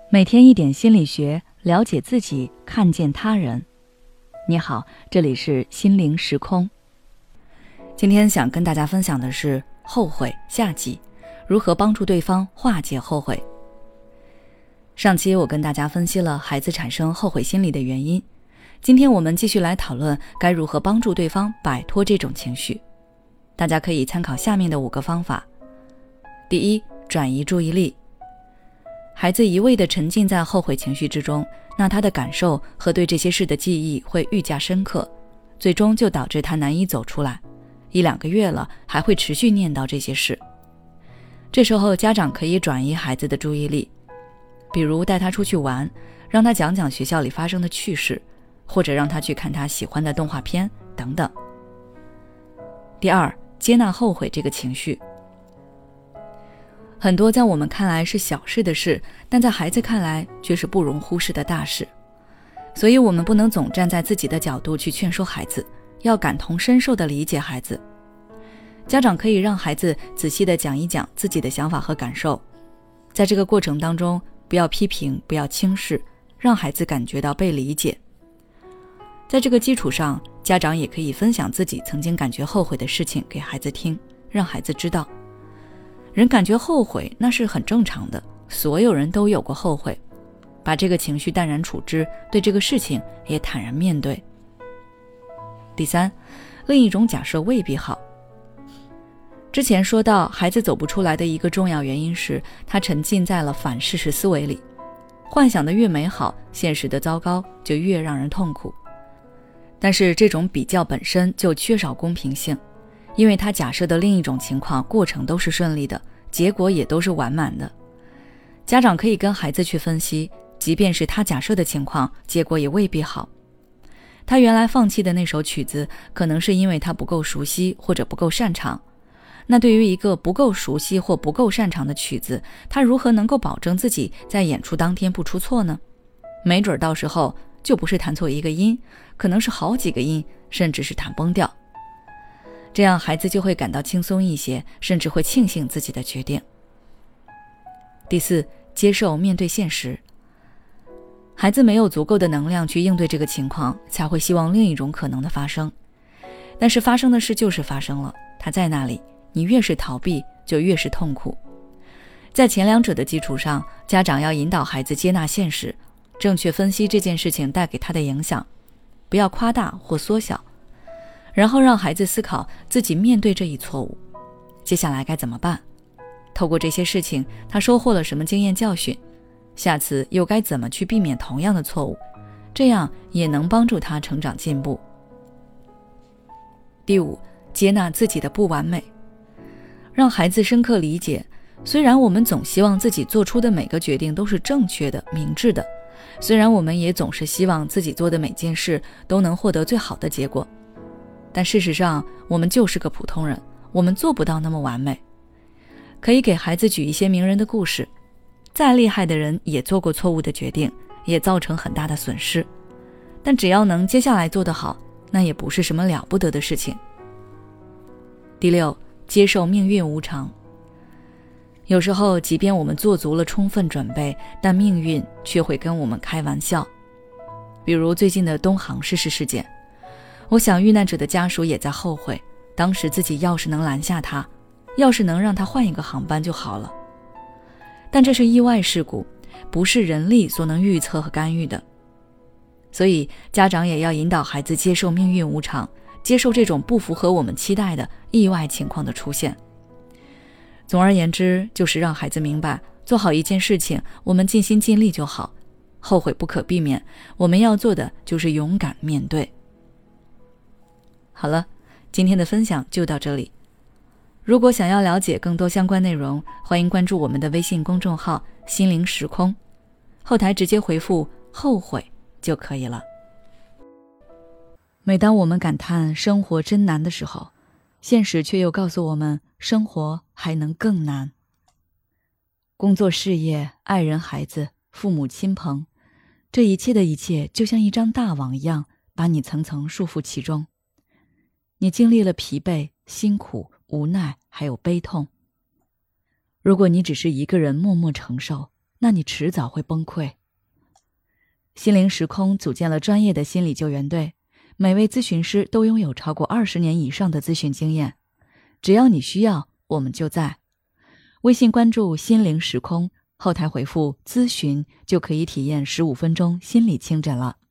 每天一点心理学，了解自己，看见他人。你好，这里是心灵时空。今天想跟大家分享的是后悔下集，如何帮助对方化解后悔。上期我跟大家分析了孩子产生后悔心理的原因，今天我们继续来讨论该如何帮助对方摆脱这种情绪。大家可以参考下面的5个方法。第一，转移注意力。孩子一味地沉浸在后悔情绪之中，那他的感受和对这些事的记忆会愈加深刻，最终就导致他难以走出来，1-2个月了还会持续念叨这些事。这时候家长可以转移孩子的注意力，比如带他出去玩，让他讲讲学校里发生的趣事，或者让他去看他喜欢的动画片等等。第二，接纳后悔这个情绪。很多在我们看来是小事的事，但在孩子看来却是不容忽视的大事。所以我们不能总站在自己的角度去劝说孩子，要感同身受地理解孩子。家长可以让孩子仔细地讲一讲自己的想法和感受，在这个过程当中，不要批评，不要轻视，让孩子感觉到被理解。在这个基础上，家长也可以分享自己曾经感觉后悔的事情给孩子听，让孩子知道人感觉后悔那是很正常的，所有人都有过后悔，把这个情绪淡然处之，对这个事情也坦然面对。第三，另一种假设未必好。之前说到孩子走不出来的一个重要原因是他沉浸在了反事实思维里，幻想的越美好，现实的糟糕就越让人痛苦。但是这种比较本身就缺少公平性，因为他假设的另一种情况过程都是顺利的，结果也都是完满的。家长可以跟孩子去分析，即便是他假设的情况，结果也未必好。他原来放弃的那首曲子，可能是因为他不够熟悉或者不够擅长。那对于一个不够熟悉或不够擅长的曲子，他如何能够保证自己在演出当天不出错呢？没准到时候就不是弹错一个音，可能是好几个音，甚至是弹崩掉。这样孩子就会感到轻松一些，甚至会庆幸自己的决定。第四，接受面对现实。孩子没有足够的能量去应对这个情况，才会希望另一种可能的发生。但是发生的事就是发生了，它在那里，你越是逃避，就越是痛苦。在前两者的基础上，家长要引导孩子接纳现实，正确分析这件事情带给他的影响，不要夸大或缩小，然后让孩子思考自己面对这一错误，接下来该怎么办？透过这些事情，他收获了什么经验教训？下次又该怎么去避免同样的错误？这样也能帮助他成长进步。第五，接纳自己的不完美。让孩子深刻理解，虽然我们总希望自己做出的每个决定都是正确的、明智的，虽然我们也总是希望自己做的每件事都能获得最好的结果，但事实上我们就是个普通人，我们做不到那么完美。可以给孩子举一些名人的故事，再厉害的人也做过错误的决定，也造成很大的损失，但只要能接下来做得好，那也不是什么了不得的事情。第六，接受命运无常。有时候即便我们做足了充分准备，但命运却会跟我们开玩笑。比如最近的东航失事事件，我想遇难者的家属也在后悔，当时自己要是能拦下他，要是能让他换一个航班就好了。但这是意外事故，不是人力所能预测和干预的。所以家长也要引导孩子接受命运无常，接受这种不符合我们期待的意外情况的出现。总而言之，就是让孩子明白，做好一件事情，我们尽心尽力就好，后悔不可避免，我们要做的就是勇敢面对。好了，今天的分享就到这里。如果想要了解更多相关内容，欢迎关注我们的微信公众号心灵时空，后台直接回复后悔就可以了。每当我们感叹生活真难的时候，现实却又告诉我们，生活还能更难。工作、事业、爱人、孩子、父母亲朋，这一切的一切就像一张大网一样，把你层层束缚其中。你经历了疲惫、辛苦、无奈，还有悲痛。如果你只是一个人默默承受， 那你迟早会崩溃。心灵时空组建了专业的心理救援队，每位咨询师都拥有超过20年以上的咨询经验。只要你需要，我们就在。微信关注心灵时空，后台回复咨询就可以体验15分钟心理清诊了。